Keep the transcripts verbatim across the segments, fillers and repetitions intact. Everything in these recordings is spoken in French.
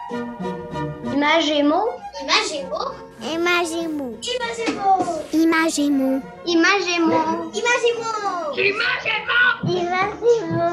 Imagemo. Imagemo. Imagemo. Imagemo. Imagemo. Imagemo. Imagemo. Imagemo.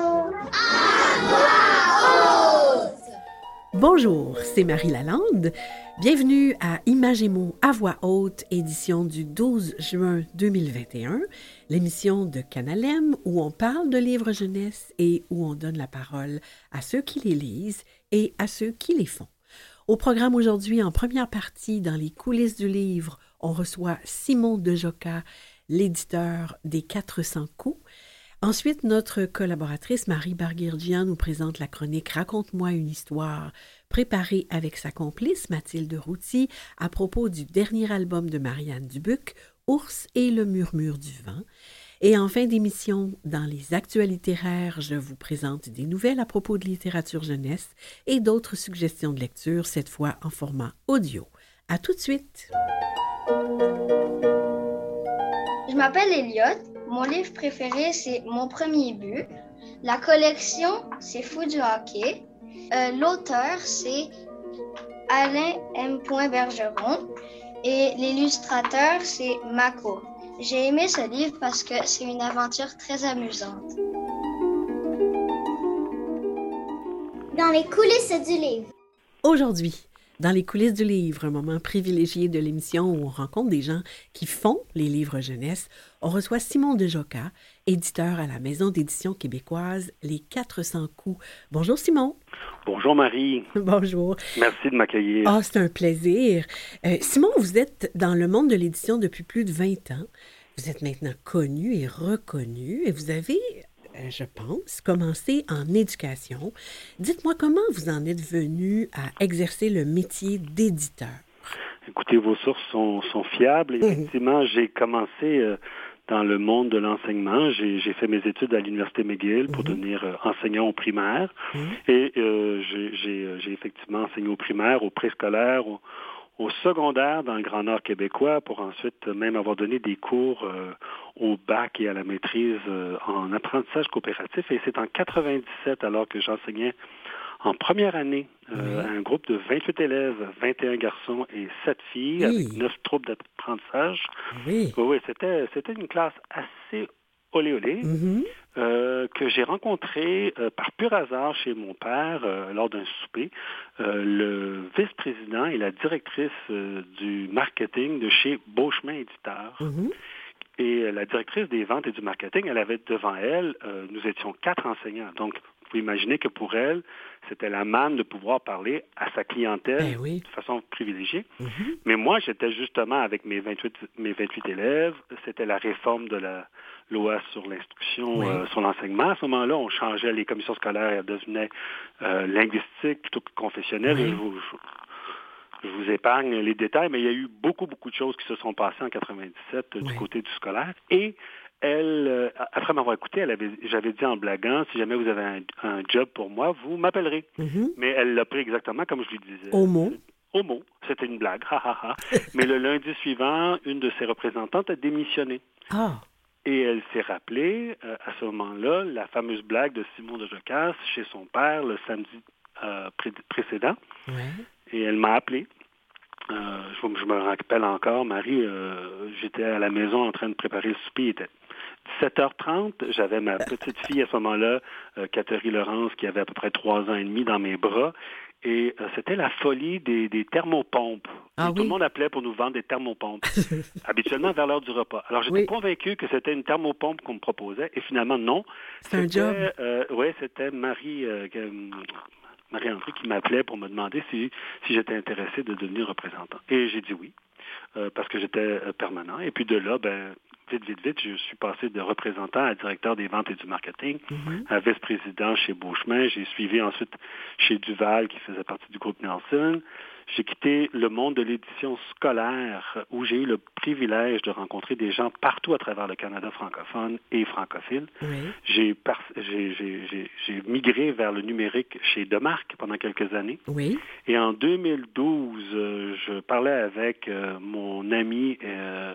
Bonjour, c'est Marie Lalande. Bienvenue à Imagemo à voix haute, édition du douze juin deux mille vingt et un, l'émission de Canalem où on parle de livres jeunesse et où on donne la parole à ceux qui les lisent et à ceux qui les font. Au programme aujourd'hui, en première partie, dans les coulisses du livre, on reçoit Simon Dejoca, l'éditeur des quatre cents coups. Ensuite, notre collaboratrice Marie Barguirgian nous présente la chronique « Raconte-moi une histoire » préparée avec sa complice Mathilde Routy à propos du dernier album de Marianne Dubuc, « Ours et le murmure du vent ». Et en fin d'émission, dans les actualités rares, je vous présente des nouvelles à propos de littérature jeunesse et d'autres suggestions de lecture, cette fois en format audio. À tout de suite! Je m'appelle Elliot. Mon livre préféré, c'est Mon premier but. La collection, c'est Fou du hockey. Euh, l'auteur, c'est Alain M. Bergeron. Et l'illustrateur, c'est Mako. J'ai aimé ce livre parce que c'est une aventure très amusante. Dans les coulisses du livre. Aujourd'hui, dans les coulisses du livre, un moment privilégié de l'émission où on rencontre des gens qui font les livres jeunesse, on reçoit Simon Dejoca, éditeur à la maison d'édition québécoise Les quatre cents coups. Bonjour Simon. Bonjour Marie. Bonjour. Merci de m'accueillir. Ah, c'est un plaisir. Euh, Simon, vous êtes dans le monde de l'édition depuis plus de vingt ans. Vous êtes maintenant connu et reconnu et vous avez, euh, je pense, commencé en éducation. Dites-moi comment vous en êtes venu à exercer le métier d'éditeur. Écoutez, vos sources sont, sont fiables. Effectivement, mmh. j'ai commencé euh, dans le monde de l'enseignement. J'ai, j'ai fait mes études à l'Université McGill pour mmh. devenir euh, enseignant au primaire. Mmh. Et euh, j'ai, j'ai, j'ai effectivement enseigné au primaire, au préscolaire, au, au secondaire dans le Grand Nord québécois pour ensuite même avoir donné des cours euh, au bac et à la maîtrise euh, en apprentissage coopératif. Et c'est en quatre-vingt-dix-sept, alors que j'enseignais en première année, euh, oui. à un groupe de vingt-huit élèves, vingt et un garçons et sept filles, oui. avec neuf troupes d'apprentissage. Oui, oui, oui c'était, c'était une classe assez olé olé mm-hmm. euh, que j'ai rencontrée euh, par pur hasard chez mon père euh, lors d'un souper. Euh, le vice-président et la directrice euh, du marketing de chez Beauchemin Éditeur. Mm-hmm. Et la directrice des ventes et du marketing, elle avait devant elle, euh, nous étions quatre enseignants. Donc, vous pouvez imaginer que pour elle, c'était la manne de pouvoir parler à sa clientèle ben oui. de façon privilégiée. Mm-hmm. Mais moi, j'étais justement avec mes vingt-huit, mes vingt-huit élèves. C'était la réforme de la loi sur l'instruction, oui. euh, sur l'enseignement. À ce moment-là, on changeait les commissions scolaires et elles devenaient euh, linguistiques plutôt que confessionnelles. Oui. Je, vous, je, je vous épargne les détails, mais il y a eu beaucoup, beaucoup de choses qui se sont passées en quatre-vingt-dix-sept oui. du côté du scolaire. Et Elle, euh, après m'avoir écouté, elle avait, j'avais dit en blaguant, si jamais vous avez un, un job pour moi, vous m'appellerez. Mm-hmm. Mais elle l'a pris exactement comme je lui disais. Au mot. Au mot. C'était une blague. Ha, ha, ha. Mais le lundi suivant, une de ses représentantes a démissionné. Ah. Et elle s'est rappelée, euh, à ce moment-là, la fameuse blague de Simon Dejoca chez son père le samedi euh, pré- précédent. Ouais. Et elle m'a appelé. Euh, je, je me rappelle encore, Marie, euh, j'étais à la maison en train de préparer le souper. Il était dix-sept heures trente, j'avais ma petite fille à ce moment-là, euh, Catherine Laurence, qui avait à peu près trois ans et demi dans mes bras. Et euh, c'était la folie des, des thermopompes. Ah, et oui? Tout le monde appelait pour nous vendre des thermopompes, habituellement vers l'heure du repas. Alors, j'étais oui. convaincu que c'était une thermopompe qu'on me proposait. Et finalement, non. C'est un job. Euh, oui, c'était Marie... Euh, Marie-André qui m'appelait pour me demander si, si j'étais intéressé de devenir représentant. Et j'ai dit oui, euh, parce que j'étais euh, permanent. Et puis de là, ben, vite, vite, vite, je suis passé de représentant à directeur des ventes et du marketing, mm-hmm. à vice-président chez Beauchemin. J'ai suivi ensuite chez Duval, qui faisait partie du groupe Nelson. J'ai quitté le monde de l'édition scolaire où j'ai eu le privilège de rencontrer des gens partout à travers le Canada francophone et francophile. Oui. J'ai, par... j'ai, j'ai, j'ai, j'ai migré vers le numérique chez Demarque pendant quelques années. Oui. Et en deux mille douze, euh, je parlais avec euh, mon ami euh,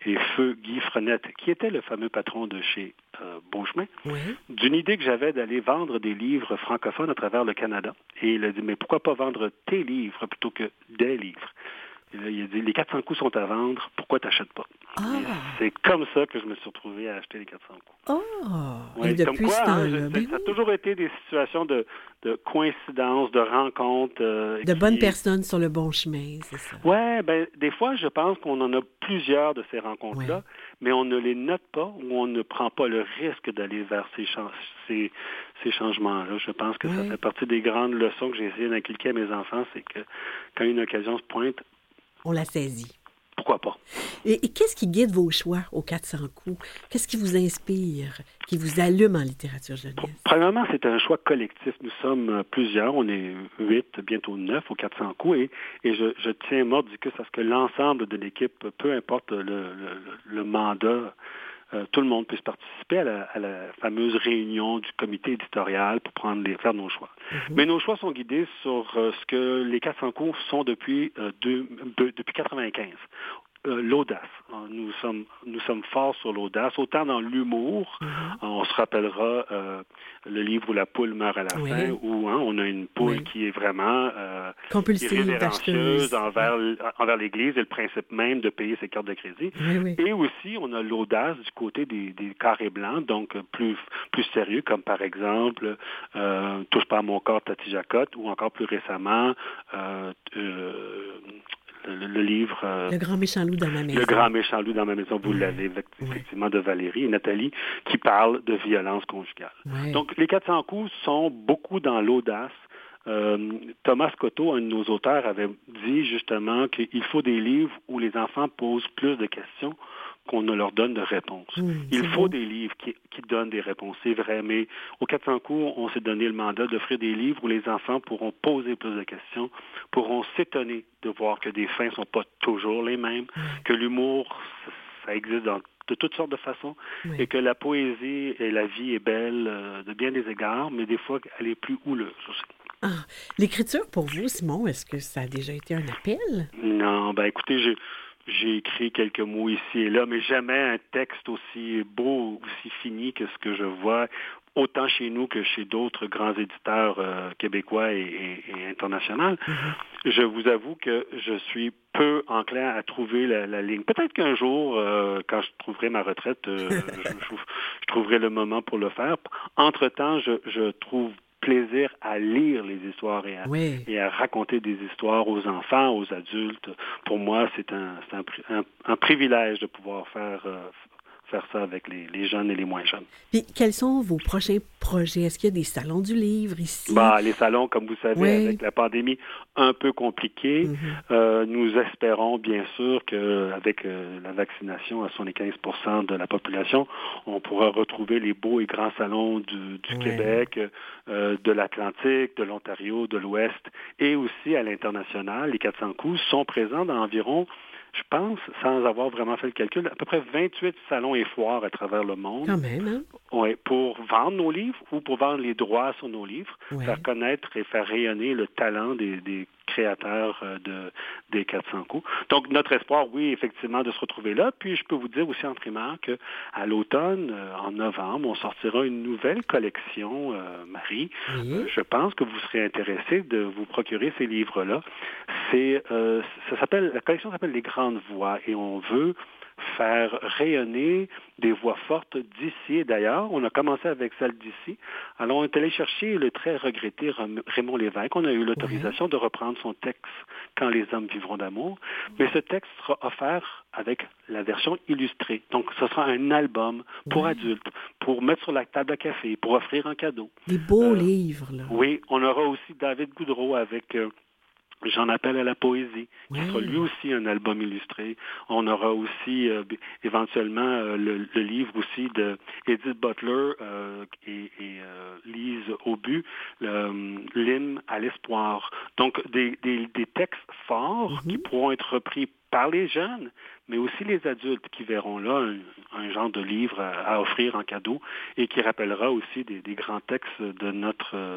et feu Guy Frenette, qui était le fameux patron de chez euh, Beauchemin, Oui. d'une idée que j'avais d'aller vendre des livres francophones à travers le Canada. Et il a dit, mais pourquoi pas vendre tes livres plutôt que des livres? Et là, il a dit, les quatre cents coups sont à vendre, pourquoi tu n'achètes pas? Ah. Et c'est comme ça que je me suis retrouvé à acheter les quatre cents coups. Oh! Ouais, Et depuis quoi, ce hein, temps-là, je- ben ça a oui. toujours été des situations de, de coïncidence, de rencontres. euh, De qui- bonnes personnes sur le bon chemin, c'est ça. Ouais, ben des fois, je pense qu'on en a plusieurs de ces rencontres-là, Ouais. mais on ne les note pas ou on ne prend pas le risque d'aller vers ces, chan- ces, ces changements-là. Je pense que ça Ouais. fait partie des grandes leçons que j'ai essayé d'inculquer à mes enfants, c'est que quand une occasion se pointe, On l'a saisi. pourquoi pas? Et, et qu'est-ce qui guide vos choix aux quatre cents coups? Qu'est-ce qui vous inspire, qui vous allume en littérature jeunesse? Premièrement, c'est un choix collectif. Nous sommes euh, plusieurs, on est huit, bientôt neuf aux quatre cents coups, et, et je, je tiens mordicus à ce que l'ensemble de l'équipe, peu importe le, le, le mandat, euh, tout le monde puisse participer à la, à la fameuse réunion du comité éditorial pour prendre les, faire nos choix. Mhm. Mais nos choix sont guidés sur euh, ce que les quatre cents coups sont depuis, euh, deux, de- depuis quatre-vingt-quinze. Euh, l'audace. Nous sommes, nous sommes forts sur l'audace, autant dans l'humour. Mhm. On se rappellera euh, le livre où la poule meurt à la Oui. fin, où hein, on a une poule Oui. qui est vraiment euh, Compulsive, irrévérencieuse acheteuse. envers, envers l'Église et le principe même de payer ses cartes de crédit. Oui, oui. Et aussi, on a l'audace du côté des, des carrés blancs, donc plus, plus sérieux, comme par exemple euh, Touche pas à mon corps, Tati Jacotte, ou encore plus récemment euh, euh, le, le livre euh, Le grand méchant loup dans ma maison. Le grand méchant loup dans ma maison, vous Ouais. l'avez Ouais. effectivement de Valérie et Nathalie, qui parle de violence conjugale. Ouais. Donc, les quatre cents coups sont beaucoup dans l'audace. Euh, Thomas Cotto, un de nos auteurs, avait dit justement qu'il faut des livres où les enfants posent plus de questions qu'on ne leur donne de réponses. Mmh, Il c'est faut beau. des livres qui, qui donnent des réponses, c'est vrai, mais aux quatre cents coups, on s'est donné le mandat d'offrir des livres où les enfants pourront poser plus de questions, pourront s'étonner de voir que des fins ne sont pas toujours les mêmes, Mmh. que l'humour, ça existe dans, de toutes sortes de façons, Oui. et que la poésie et la vie est belle euh, de bien des égards, mais des fois, elle est plus houleuse aussi. Ah, l'écriture, pour vous, Simon, est-ce que ça a déjà été un appel? Non, ben écoutez, j'ai, j'ai écrit quelques mots ici et là, mais jamais un texte aussi beau, aussi fini que ce que je vois, autant chez nous que chez d'autres grands éditeurs euh, québécois et, et, et internationaux. Mm-hmm. Je vous avoue que je suis peu enclin à trouver la, la ligne. Peut-être qu'un jour, euh, quand je trouverai ma retraite, euh, je, je, je trouverai le moment pour le faire. Entre-temps, je, je trouve plaisir à lire les histoires et à, oui. et à raconter des histoires aux enfants, aux adultes. Pour moi, c'est un, c'est un, un, un privilège de pouvoir faire, euh, faire ça avec les, les jeunes et les moins jeunes. Puis, quels sont vos prochains projets? Est-ce qu'il y a des salons du livre ici? Bah, les salons, comme vous savez, oui. avec la pandémie un peu compliquée, mm-hmm. euh, nous espérons bien sûr qu'avec euh, la vaccination à soixante-quinze pour cent de la population, on pourra retrouver les beaux et grands salons du, du oui. Québec, euh, de l'Atlantique, de l'Ontario, de l'Ouest, et aussi à l'international. Les quatre cents coups sont présents dans environ, je pense, sans avoir vraiment fait le calcul, à peu près vingt-huit salons et foires à travers le monde. Quand même, hein? Oui, pour vendre nos livres ou pour vendre les droits sur nos livres, ouais. faire connaître et faire rayonner le talent des, des créateurs de, des quatre cents coups. Donc, notre espoir, oui, effectivement, de se retrouver là. Puis, je peux vous dire aussi en primaire qu'à l'automne, euh, en novembre, on sortira une nouvelle collection, euh, Marie. Oui. Euh, je pense que vous serez intéressé de vous procurer ces livres-là. C'est, euh, ça s'appelle, la collection s'appelle Les Grandes Voix et on veut faire rayonner des voix fortes d'ici et d'ailleurs. On a commencé avec celle d'ici. Alors, on est allé chercher le très regretté Raymond Lévesque. On a eu l'autorisation ouais. de reprendre son texte « Quand les hommes vivront d'amour ». Mais ce texte sera offert avec la version illustrée. Donc, ce sera un album pour ouais. adultes, pour mettre sur la table à café, pour offrir en cadeau. Des beaux euh, livres, là. Oui, on aura aussi David Goudreau avec... Euh, J'en appelle à la poésie, qui oui. sera lui aussi un album illustré. On aura aussi euh, éventuellement euh, le, le livre aussi de Edith Butler euh, et, et euh, Lise Aubu, le, l'hymne à l'espoir. Donc des, des, des textes forts mm-hmm. qui pourront être repris par les jeunes, mais aussi les adultes qui verront là un, un genre de livre à, à offrir en cadeau et qui rappellera aussi des, des grands textes de notre,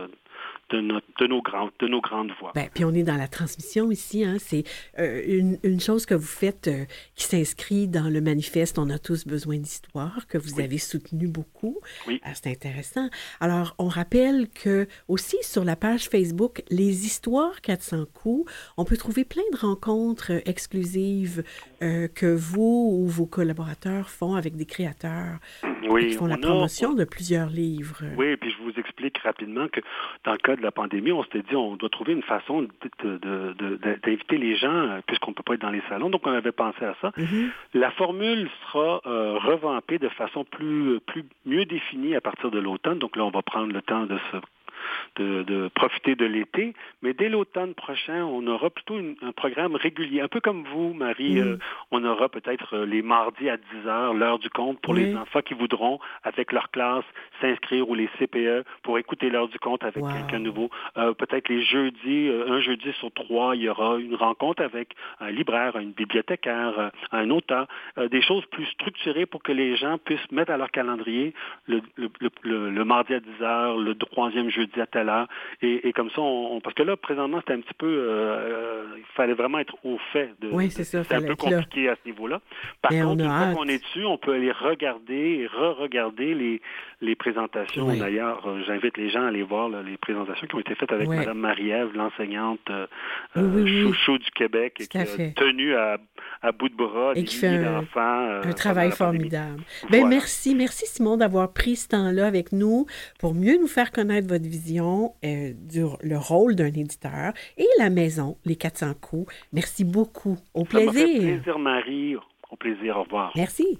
de, notre, de, nos, grands, de nos grandes voix. Bien, puis on est dans la transmission ici. Hein? C'est euh, une, une chose que vous faites euh, qui s'inscrit dans le manifeste « On a tous besoin d'histoire » que vous oui. avez soutenu beaucoup. Oui. Euh, c'est intéressant. Alors, on rappelle que aussi sur la page Facebook « Les histoires quatre cents coups », on peut trouver plein de rencontres exclusives euh, que vous ou vos collaborateurs font avec des créateurs oui, qui font la a, promotion on... de plusieurs livres. Oui, et puis je vous explique rapidement que dans le cas de la pandémie, on s'était dit on doit trouver une façon de, de, de, de, d'inviter les gens puisqu'on ne peut pas être dans les salons. Donc, on avait pensé à ça. Mm-hmm. La formule sera euh, revampée de façon plus, plus mieux définie à partir de l'automne. Donc là, on va prendre le temps de se De, de profiter de l'été, mais dès l'automne prochain, on aura plutôt une, un programme régulier, un peu comme vous, Marie. Mmh. Euh, on aura peut-être euh, les mardis à dix heures, l'heure du conte, pour oui. les enfants qui voudront, avec leur classe, s'inscrire, ou les C P E, pour écouter l'heure du conte avec wow. quelqu'un nouveau. Euh, peut-être les jeudis, euh, un jeudi sur trois, il y aura une rencontre avec un libraire, une bibliothécaire, euh, un auteur, euh, des choses plus structurées pour que les gens puissent mettre à leur calendrier le, le, le, le, le mardi à dix heures, le troisième jeudi à telle heure, et, et comme ça, on, on, parce que là, présentement, c'était un petit peu, euh, il fallait vraiment être au fait. De, oui, c'est ça. C'est un peu compliqué là. À ce niveau-là. Par mais contre, une fois hâte. qu'on est dessus, on peut aller regarder et re-regarder les, les présentations. Oui. D'ailleurs, euh, j'invite les gens à aller voir là, les présentations qui ont été faites avec oui. Mme Marie-Ève, l'enseignante euh, oui, oui, chouchou oui. du Québec, et qui a tenu à, à bout de bras et des qui fait un, d'enfants. Euh, un travail formidable. Voilà. Ben, merci, merci Simon d'avoir pris ce temps-là avec nous pour mieux nous faire connaître votre vision euh, du le rôle d'un éditeur et la maison, les quatre cents coups. Merci beaucoup. Au Ça plaisir. Ça m'a fait plaisir, Marie. Au plaisir. Au revoir. Merci.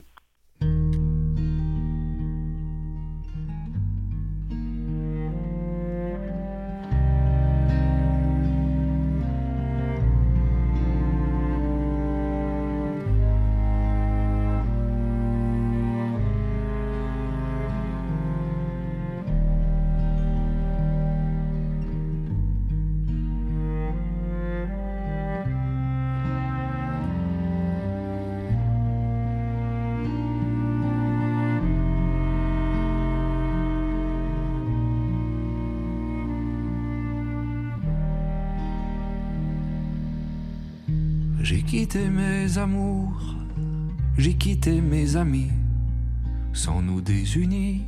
J'ai quitté mes amours, j'ai quitté mes amis, sans nous désunir.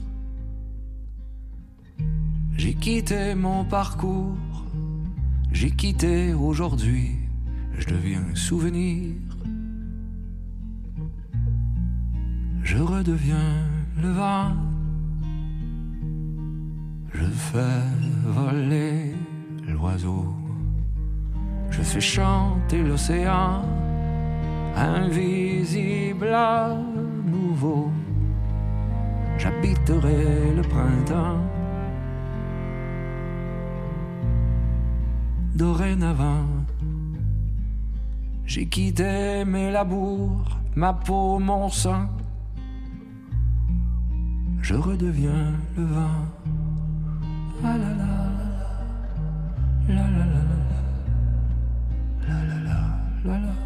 J'ai quitté mon parcours, j'ai quitté aujourd'hui, je deviens souvenir. Je redeviens le vent, je fais voler l'oiseau. Je fais chanter l'océan, invisible à nouveau. J'habiterai le printemps. Dorénavant, j'ai quitté mes labours, ma peau, mon sang. Je redeviens le vent. Ah là là, la la la la. La la la la la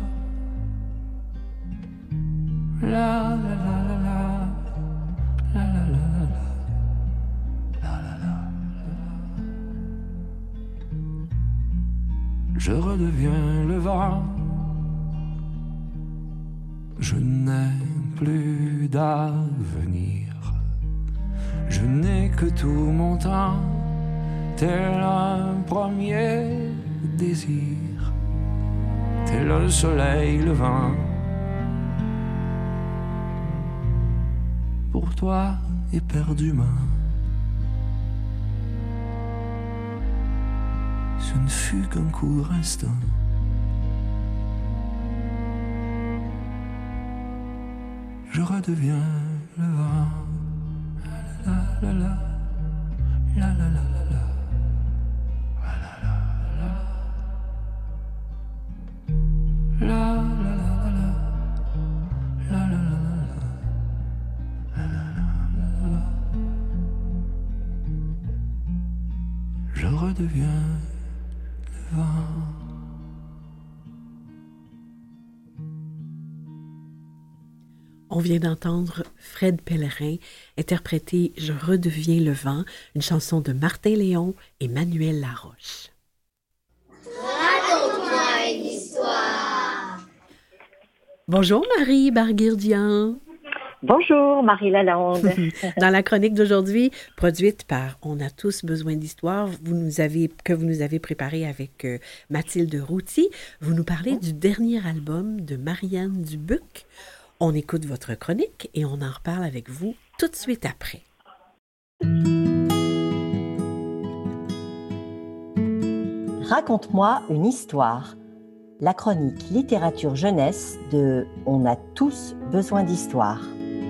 la la la la la la la la la. Je redeviens le vent. Je n'ai plus d'avenir. Je n'ai que tout mon temps, tel un premier désir. Tel le soleil levant. Pour toi éperdument. Ce ne fut qu'un court instant. Je redeviens le vent. La la la la la la la la. La la la la la la la la la la. Je redeviens le vent. On On vient d'entendre Fred Pellerin interpréter « Je redeviens le vent », une chanson de Martin Léon et Manuel Laroche. Raconte-moi une histoire. Bonjour Marie Barguirdian. Bonjour Marie Lalande. Dans la chronique d'aujourd'hui, produite par On a tous besoin d'histoire, vous nous avez, que vous nous avez préparée avec euh, Mathilde Routy, vous nous parlez du dernier album de Marianne Dubuc. On écoute votre chronique et on en reparle avec vous tout de suite après. Raconte-moi une histoire. La chronique littérature jeunesse de On a tous besoin d'histoire.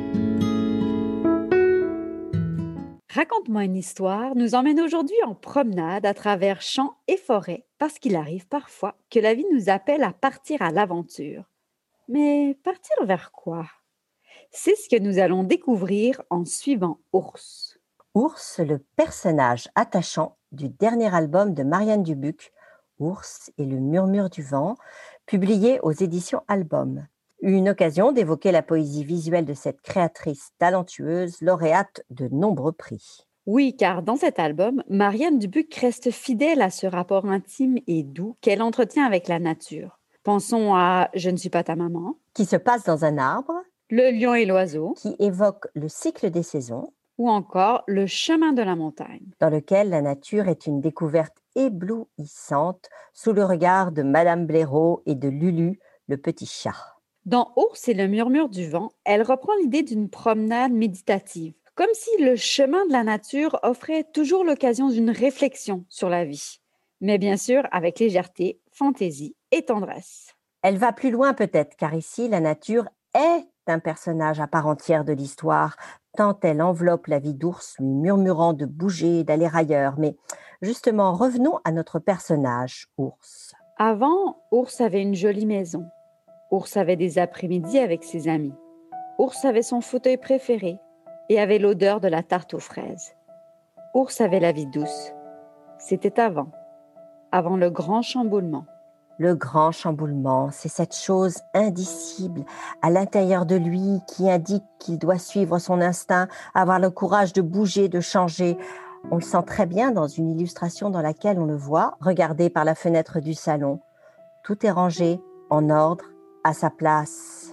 Raconte-moi une histoire nous emmène aujourd'hui en promenade à travers champs et forêts parce qu'il arrive parfois que la vie nous appelle à partir à l'aventure. Mais partir vers quoi? C'est ce que nous allons découvrir en suivant Ours. Ours, le personnage attachant du dernier album de Marianne Dubuc, Ours et le murmure du vent, publié aux éditions Album. Une occasion d'évoquer la poésie visuelle de cette créatrice talentueuse, lauréate de nombreux prix. Oui, car dans cet album, Marianne Dubuc reste fidèle à ce rapport intime et doux qu'elle entretient avec la nature. Pensons à « Je ne suis pas ta maman », qui se passe dans un arbre, Le lion et l'oiseau, qui évoque le cycle des saisons, ou encore Le chemin de la montagne, dans lequel la nature est une découverte éblouissante sous le regard de Madame Blaireau et de Lulu, le petit chat. Dans Ours et le murmure du vent, elle reprend l'idée d'une promenade méditative, comme si le chemin de la nature offrait toujours l'occasion d'une réflexion sur la vie, mais bien sûr avec légèreté, fantaisie et tendresse. Elle va plus loin peut-être, car ici, la nature est un personnage à part entière de l'histoire, tant elle enveloppe la vie d'Ours, lui murmurant de bouger, d'aller ailleurs. Mais justement, revenons à notre personnage, Ours. Avant, Ours avait une jolie maison. Ours avait des après-midi avec ses amis. Ours avait son fauteuil préféré et avait l'odeur de la tarte aux fraises. Ours avait la vie douce. C'était avant, avant le grand chamboulement. Le grand chamboulement, c'est cette chose indicible à l'intérieur de lui qui indique qu'il doit suivre son instinct, avoir le courage de bouger, de changer. On le sent très bien dans une illustration dans laquelle on le voit, regardé par la fenêtre du salon. Tout est rangé, en ordre, à sa place.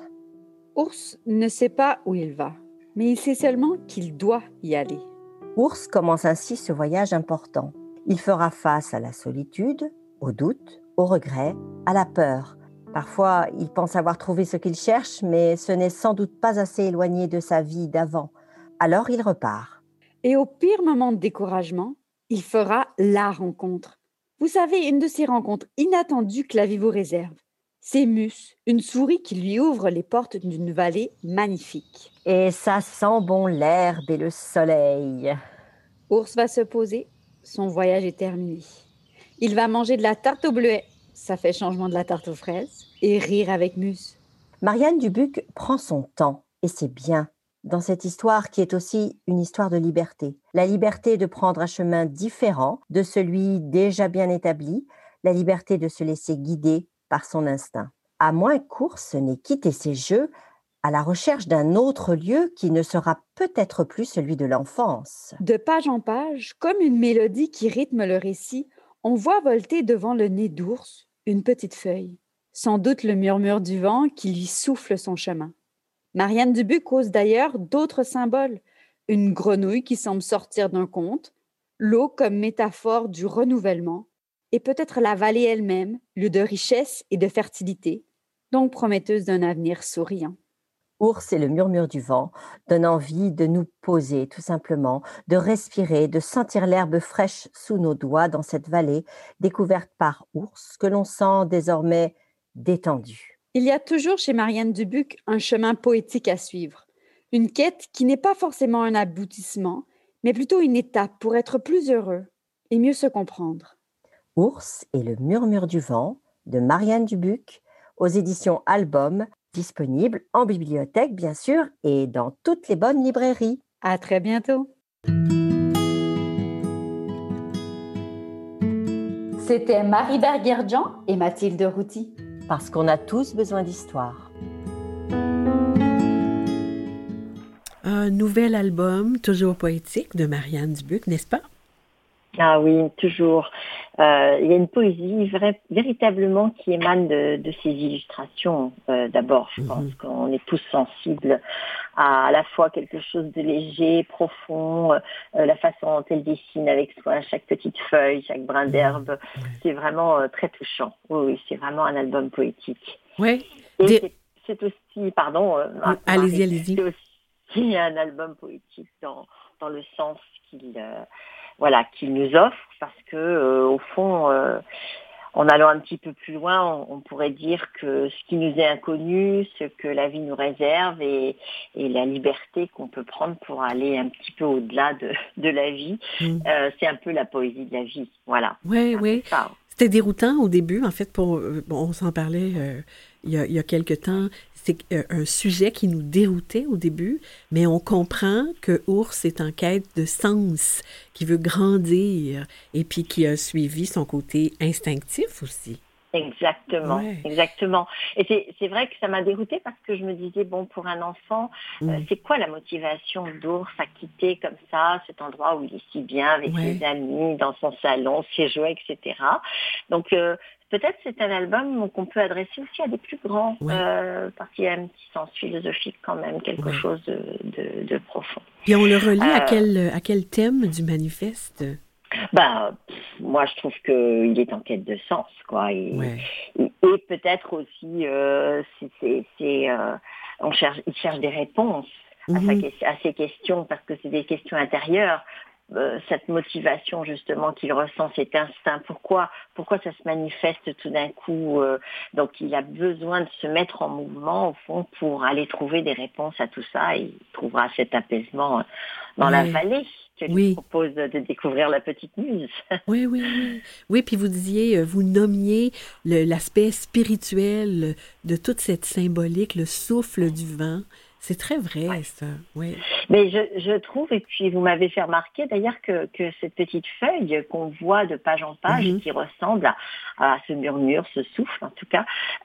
Ours ne sait pas où il va, mais il sait seulement qu'il doit y aller. Ours commence ainsi ce voyage important. Il fera face à la solitude, au doute, au regret, à la peur. Parfois, il pense avoir trouvé ce qu'il cherche, mais ce n'est sans doute pas assez éloigné de sa vie d'avant. Alors il repart. Et au pire moment de découragement, il fera la rencontre. Vous savez, une de ces rencontres inattendues que la vie vous réserve. C'est Mus, une souris qui lui ouvre les portes d'une vallée magnifique. Et ça sent bon l'herbe et le soleil. Ours va se poser, son voyage est terminé. Il va manger de la tarte au bleuet, ça fait changement de la tarte aux fraises, et rire avec Mus. Marianne Dubuc prend son temps, et c'est bien, dans cette histoire qui est aussi une histoire de liberté. La liberté de prendre un chemin différent de celui déjà bien établi, la liberté de se laisser guider par son instinct. À moins qu'Ours n'ait quitté ses jeux à la recherche d'un autre lieu qui ne sera peut-être plus celui de l'enfance. De page en page, comme une mélodie qui rythme le récit, on voit volter devant le nez d'Ours une petite feuille. Sans doute le murmure du vent qui lui souffle son chemin. Marianne Dubuc cause d'ailleurs d'autres symboles. Une grenouille qui semble sortir d'un conte, l'eau comme métaphore du renouvellement, et peut-être la vallée elle-même, lieu de richesse et de fertilité, donc prometteuse d'un avenir souriant. Ours et le murmure du vent donnent envie de nous poser tout simplement, de respirer, de sentir l'herbe fraîche sous nos doigts dans cette vallée découverte par Ours que l'on sent désormais détendue. Il y a toujours chez Marianne Dubuc un chemin poétique à suivre, une quête qui n'est pas forcément un aboutissement, mais plutôt une étape pour être plus heureux et mieux se comprendre. Ours et le murmure du vent de Marianne Dubuc aux éditions Album, disponible en bibliothèque bien sûr et dans toutes les bonnes librairies. À très bientôt. C'était Marie Barguirdian et Mathilde Routy. Parce qu'on a tous besoin d'histoire. Ah, nouvel album, toujours poétique, de Marianne Dubuc, n'est-ce pas? Ah oui, toujours. Euh, il y a une poésie vrai, véritablement qui émane de, de ces illustrations. Euh, d'abord, je pense mm-hmm. qu'on est tous sensibles à à la fois quelque chose de léger, profond, euh, la façon dont elle dessine avec soin chaque petite feuille, chaque brin d'herbe. Mm-hmm. C'est vraiment euh, très touchant. Oui, oui, c'est vraiment un album poétique. Oui. Et Des... c'est, c'est aussi, pardon, euh, oui, allez-y, allez-y. C'est aussi un album poétique dans, dans le sens qu'il... Euh, Voilà, qu'il nous offre, parce que euh, au fond, euh, en allant un petit peu plus loin, on, on pourrait dire que ce qui nous est inconnu, ce que la vie nous réserve et, et la liberté qu'on peut prendre pour aller un petit peu au-delà de, de la vie, mmh. euh, c'est un peu la poésie de la vie. Voilà. Oui, oui. Ça. C'était déroutant au début, en fait, pour, bon, on s'en parlait euh, il, y a, il y a quelque temps. C'est un sujet qui nous déroutait au début, mais on comprend que Ours est en quête de sens, qui veut grandir et puis qui a suivi son côté instinctif aussi. Exactement, ouais. exactement. Et c'est, c'est vrai que ça m'a déroutée parce que je me disais, bon, pour un enfant, mmh. euh, c'est quoi la motivation d'Ours à quitter comme ça cet endroit où il est si bien avec ouais. ses amis, dans son salon, ses jouets, et cetera. Donc, euh, peut-être c'est un album qu'on peut adresser aussi à des plus grands, ouais. euh, parce qu'il y a un petit sens philosophique quand même, quelque ouais. chose de, de, de profond. Et on le relie euh, à, quel, à quel thème du manifeste? Bah, pff, moi, je trouve qu'il est en quête de sens, quoi. Et, ouais. et, et peut-être aussi, euh, c'est, c'est, c'est, euh, on cherche, il cherche des réponses mm-hmm. à, sa, à ces questions, parce que c'est des questions intérieures. Euh, cette motivation justement qu'il ressent, cet instinct, pourquoi pourquoi ça se manifeste tout d'un coup, euh, donc il a besoin de se mettre en mouvement au fond pour aller trouver des réponses à tout ça, et il trouvera cet apaisement dans oui. la vallée que lui oui. propose de découvrir la petite muse. Oui, oui, oui. Oui, puis vous disiez, vous nommiez le, l'aspect spirituel de toute cette symbolique, le souffle du vent. C'est très vrai, ouais. ça, oui. Mais je, je trouve, et puis vous m'avez fait remarquer d'ailleurs que, que cette petite feuille qu'on voit de page en page, mm-hmm. qui ressemble à, à ce murmure, ce souffle en tout cas,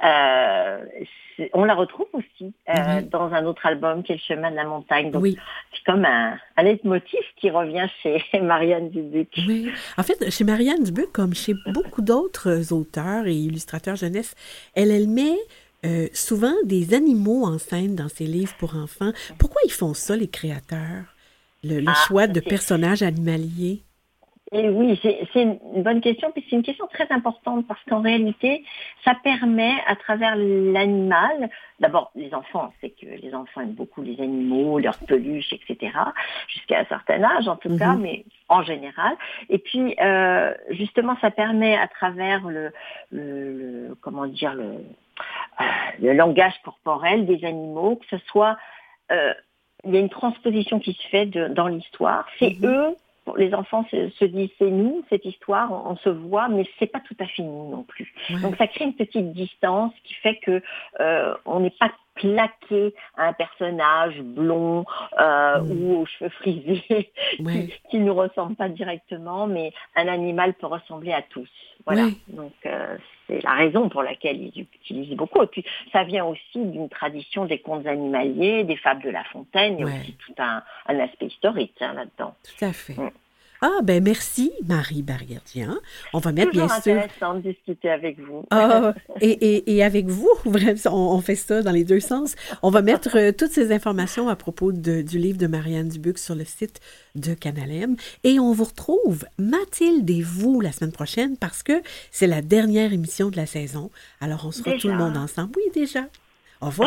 euh, on la retrouve aussi euh, mm-hmm. dans un autre album qui est Le Chemin de la Montagne. Donc oui. c'est comme un, un leitmotiv qui revient chez Marianne Dubuc. Oui, en fait, chez Marianne Dubuc, comme chez beaucoup d'autres auteurs et illustrateurs jeunesse, elle, elle met... Euh, souvent des animaux en scène dans ses livres pour enfants. Pourquoi ils font ça, les créateurs? Le, le ah, choix de c'est... personnages animaliers? Et oui, c'est, c'est une bonne question, puis c'est une question très importante parce qu'en réalité, ça permet à travers l'animal, d'abord les enfants, c'est que les enfants aiment beaucoup les animaux, leurs peluches, et cetera, jusqu'à un certain âge en tout mm-hmm. cas, mais en général. Et puis, euh, justement, ça permet à travers le, le, le comment dire, le, euh, le langage corporel des animaux, que ce soit, euh, il y a une transposition qui se fait de, dans l'histoire, c'est mm-hmm. eux. Les enfants se, se disent c'est nous, cette histoire, on, on se voit, mais c'est pas tout à fait nous non plus. Ouais. Donc ça crée une petite distance qui fait que euh, on n'est pas claqué à un personnage blond euh, mmh. ou aux cheveux frisés ouais. qui, qui nous ressemble pas directement, mais un animal peut ressembler à tous. Voilà. Ouais. Donc euh, c'est la raison pour laquelle ils utilisent beaucoup. Et puis ça vient aussi d'une tradition des contes animaliers, des fables de La Fontaine. Il y a ouais. aussi tout un, un aspect historique hein, là-dedans. Tout à fait. Mmh. Ah, ben merci, Marie Barguerdian. On va mettre Toujours bien sûr... intéressant de discuter avec vous. Ah, et, et, et avec vous, vraiment, on, on fait ça dans les deux sens. On va mettre euh, toutes ces informations à propos de, du livre de Marianne Dubuc sur le site de Canalem. Et on vous retrouve, Mathilde et vous, la semaine prochaine, parce que c'est la dernière émission de la saison. Alors, on sera déjà. Tout le monde ensemble. Oui, déjà. Au revoir.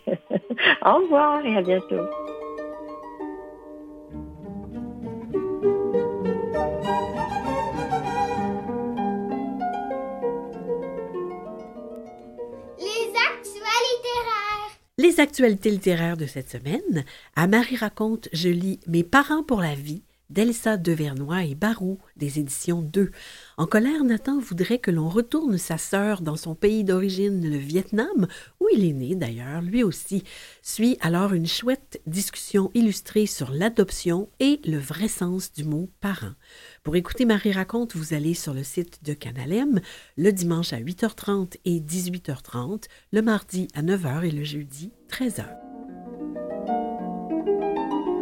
Au revoir et à bientôt. Les actualités littéraires de cette semaine, à Marie raconte, je lis Mes parents pour la vie d'Elsa Devernois et Barou des éditions deux. En colère, Nathan voudrait que l'on retourne sa sœur dans son pays d'origine, le Vietnam, où il est né d'ailleurs, lui aussi. Suit alors une chouette discussion illustrée sur l'adoption et le vrai sens du mot parent. Pour écouter Marie raconte, vous allez sur le site de Canalem le dimanche à huit heures trente et dix-huit heures trente, le mardi à neuf heures et le jeudi treize heures.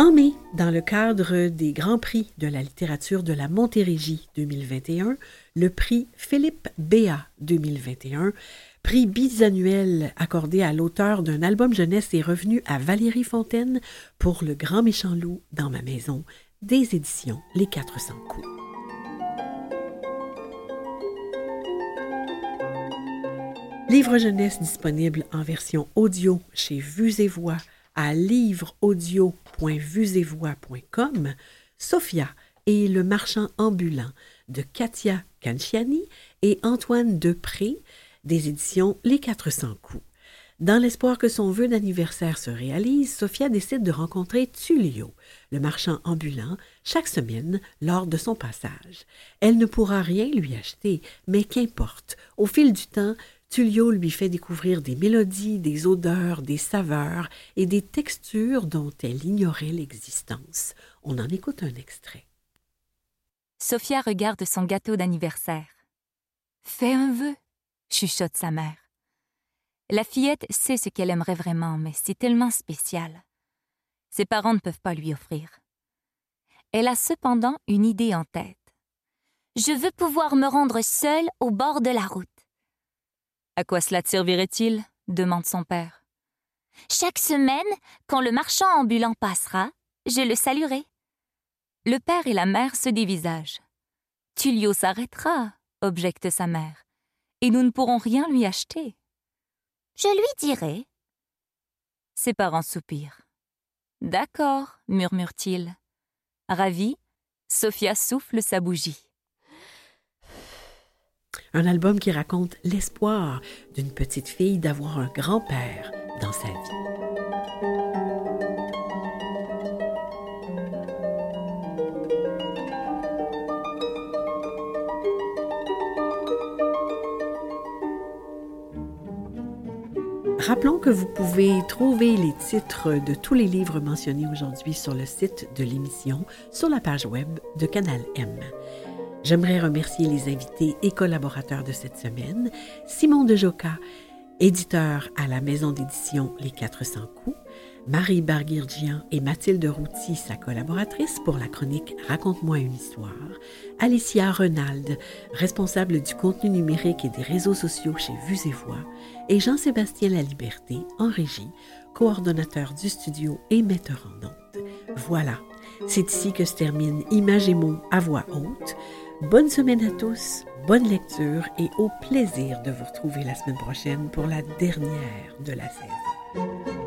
En mai, dans le cadre des Grands Prix de la littérature de la Montérégie deux mille vingt et un, le prix Philippe Béat deux mille vingt et un, prix bisannuel accordé à l'auteur d'un album jeunesse, est revenu à Valérie Fontaine pour Le Grand Méchant Loup dans ma maison, des éditions Les quatre cents coups. Livre jeunesse disponible en version audio chez Vues et Voix à livre audio point vues et voix point com, Sophia et le marchand ambulant de Katia Canciani et Antoine Depré, des éditions Les quatre cents coups. Dans l'espoir que son vœu d'anniversaire se réalise, Sophia décide de rencontrer Tullio, le marchand ambulant, chaque semaine lors de son passage. Elle ne pourra rien lui acheter, mais qu'importe. Au fil du temps, Tullio lui fait découvrir des mélodies, des odeurs, des saveurs et des textures dont elle ignorait l'existence. On en écoute un extrait. Sophia regarde son gâteau d'anniversaire. « Fais un vœu », chuchote sa mère. La fillette sait ce qu'elle aimerait vraiment, mais c'est tellement spécial. Ses parents ne peuvent pas lui offrir. Elle a cependant une idée en tête. « Je veux pouvoir me rendre seule au bord de la route. » « À quoi cela te servirait-il » demande son père. « Chaque semaine, quand le marchand ambulant passera, je le saluerai. » Le père et la mère se dévisagent. « Tullio s'arrêtera » objecte sa mère, « et nous ne pourrons rien lui acheter. »« Je lui dirai. » Ses parents soupirent. « D'accord, » murmure-t-il. Ravie, Sophia souffle sa bougie. Un album qui raconte l'espoir d'une petite fille d'avoir un grand-père dans sa vie. Rappelons que vous pouvez trouver les titres de tous les livres mentionnés aujourd'hui sur le site de l'émission, sur la page web de Canal M. J'aimerais remercier les invités et collaborateurs de cette semaine, Simon Dejoca, éditeur à la maison d'édition Les quatre cents coups, Marie Barguirgian et Mathilde Routy, sa collaboratrice pour la chronique Raconte-moi une histoire, Alicia Renald, responsable du contenu numérique et des réseaux sociaux chez Vues et Voix, et Jean-Sébastien Laliberté, en régie, coordonnateur du studio et metteur en ondes. Voilà, c'est ici que se termine Images et mots à voix haute. Bonne semaine à tous, bonne lecture et au plaisir de vous retrouver la semaine prochaine pour la dernière de la saison.